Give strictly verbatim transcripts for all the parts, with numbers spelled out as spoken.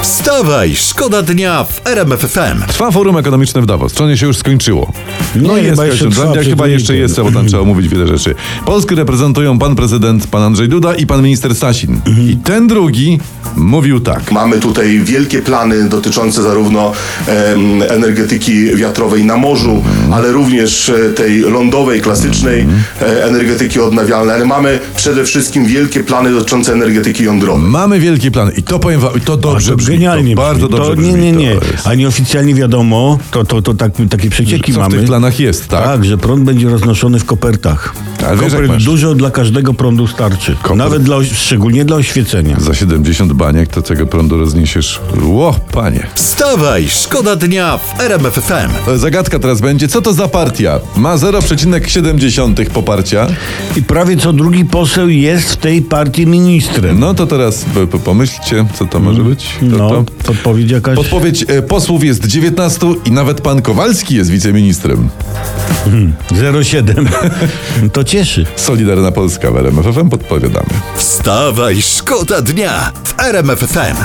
Wstawaj, szkoda dnia w R M F F M. Trwa forum ekonomiczne w Davos. Czy ono się już skończyło? No Nie, jest, chyba jeszcze trwa, ja chyba jeszcze jest, bo tam trzeba omówić wiele rzeczy. Polskę reprezentują pan prezydent, pan Andrzej Duda i pan minister Sasin. I ten drugi mówił tak. Mamy tutaj wielkie plany dotyczące zarówno e, energetyki wiatrowej na morzu, ale również e, tej lądowej, klasycznej e, energetyki odnawialnej, ale mamy przede wszystkim wielkie plany dotyczące energetyki jądrowej. Mamy wielkie plany i to powiem wam, i to dobrze to brzmi. genialnie To bardzo brzmi. dobrze to, brzmi. Nie, nie, nie. To jest... A nieoficjalnie wiadomo, to, to, to tak, takie przecieki Co mamy. w tych planach jest, tak? Tak, że prąd będzie roznoszony w kopertach. Ale wiesz, jak Kopert masz? dużo dla każdego prądu starczy. Kopert. Nawet dla, szczególnie dla oświecenia. Za siedemdziesiąt baniek to tego prądu rozniesiesz. Ło, panie. Wstawaj, szkoda dnia w R M F F M. Zagadka teraz będzie, co to za partia? Ma zero przecinek siedem poparcia. I prawie co drugi poseł jest w tej partii ministrem. No to teraz p- p- pomyślcie, co to może być. To, No, to. podpowiedź jakaś? Podpowiedź e, posłów jest dziewiętnastu i nawet pan Kowalski jest wiceministrem. zero siedem. To cieszy. Solidarna Polska w R M F F M podpowiadamy. Wstawaj, szkoda dnia w R M F F M.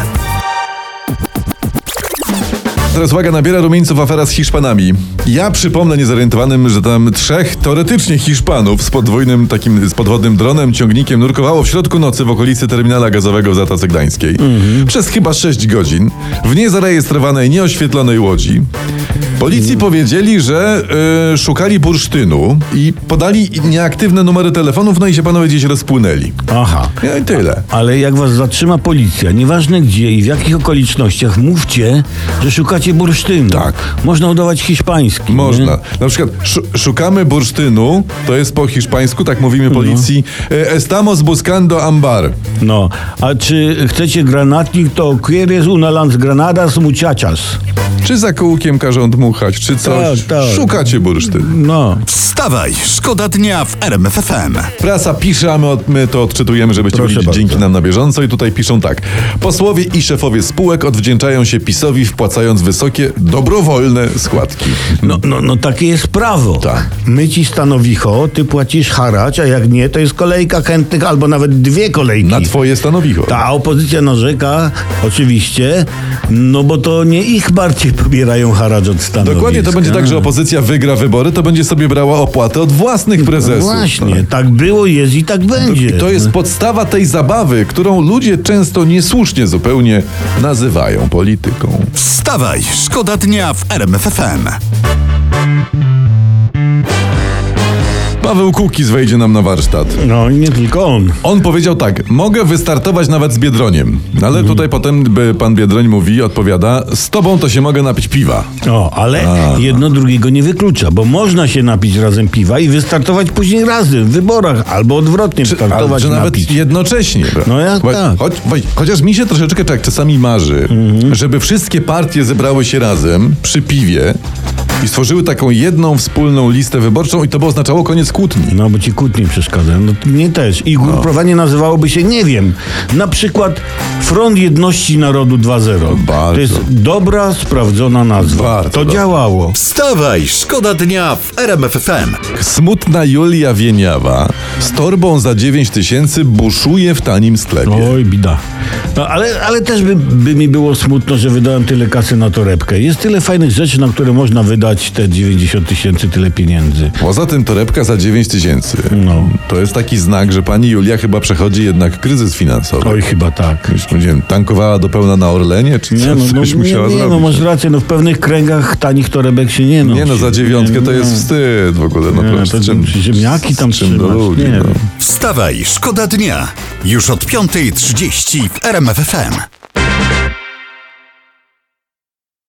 Teraz uwaga, nabiera rumieńców afera z Hiszpanami. Ja przypomnę niezorientowanym, że tam trzech teoretycznie Hiszpanów z podwójnym takim z podwodnym dronem, ciągnikiem nurkowało w środku nocy w okolicy terminala gazowego w Zatoce Gdańskiej. Mm-hmm. Przez chyba sześć godzin w niezarejestrowanej, nieoświetlonej łodzi. Policji mm. powiedzieli, że y, szukali bursztynu i podali nieaktywne numery telefonów, no i się panowie gdzieś rozpłynęli. Aha. No i tyle. Ale jak was zatrzyma policja, nieważne gdzie i w jakich okolicznościach, mówcie, że szukacie bursztynu. Tak. Można udawać hiszpański. Można. Nie? Na przykład sz- szukamy bursztynu, to jest po hiszpańsku, tak mówimy policji. E, Estamos buscando ambar. No, a czy chcecie granatnik, to quieres una lanzgranadas muchachas. Czy za kółkiem każą dmuchać, czy coś. Tak, tak. Szukacie bursztynu. No. Wstawaj, szkoda dnia w R M F F M. Prasa pisze, a my, od, my to odczytujemy, żebyście Proszę byli bardzo. dzięki nam na bieżąco. I tutaj piszą tak. Posłowie i szefowie spółek odwdzięczają się PiS-owi, wpłacając wysokie, dobrowolne składki. No, no, no takie jest prawo. Tak. My ci stanowicho, ty płacisz haracz, a jak nie, to jest kolejka chętnych albo nawet dwie kolejki. Na twoje stanowisko. Ta opozycja narzeka, oczywiście, no bo to nie ich bardziej pobierają haracz od stanowiska. Dokładnie to będzie tak, że opozycja wygra wybory, to będzie sobie brała opłatę od własnych prezesów. No właśnie, Tak. tak było, jest i tak będzie. I to jest podstawa tej zabawy, którą ludzie często niesłusznie zupełnie nazywają polityką. Wstawaj, szkoda dnia w R M F F M. Paweł Kukiz wejdzie nam na warsztat. No i nie tylko on. On powiedział tak, mogę wystartować nawet z Biedroniem. Ale tutaj potem by pan Biedroń mówi, odpowiada, z tobą to się mogę napić piwa. O, ale A. jedno drugiego nie wyklucza, bo można się napić razem piwa i wystartować później razem w wyborach, albo odwrotnie Czy, ale, startować że nawet napić. jednocześnie. No jak Cho- tak. Choć, choć, chociaż mi się troszeczkę tak czasami marzy, żeby wszystkie partie zebrały się razem przy piwie i stworzyły taką jedną wspólną listę wyborczą i to by oznaczało koniec kłótni. No, bo ci kłótnie przeszkadzają. No, mnie też. I ugrupowanie nazywałoby się, nie wiem, na przykład Front Jedności Narodu dwa zero. Bardzo. To jest dobra, sprawdzona nazwa. Bardzo to dobra. działało. Wstawaj, szkoda dnia w R M F F M. Smutna Julia Wieniawa z torbą za dziewięć tysięcy buszuje w tanim sklepie. Oj, bida. No, ale, ale też by, by mi było smutno, że wydałem tyle kasy na torebkę. Jest tyle fajnych rzeczy, na które można wydać te dziewięćdziesiąt tysięcy, tyle pieniędzy. Poza tym torebka za dziewięć tysięcy. No. To jest taki znak, że pani Julia chyba przechodzi jednak kryzys finansowy. Oj, chyba tak. Już, nie wiem, tankowała do pełna na Orlenie, czy Nie, co, no, no, coś nie, musiała nie, zrobić? no masz rację, no w pewnych kręgach tanich torebek się nie nosi. Nie no, za dziewiątkę to Nie, jest wstyd w ogóle. No Nie, proszę, to z czym, ziemniaki tam z czym do trzymać, ludzi, nie no. wiem. Wstawaj, szkoda dnia. Już od piątej trzydzieści w R M F F M.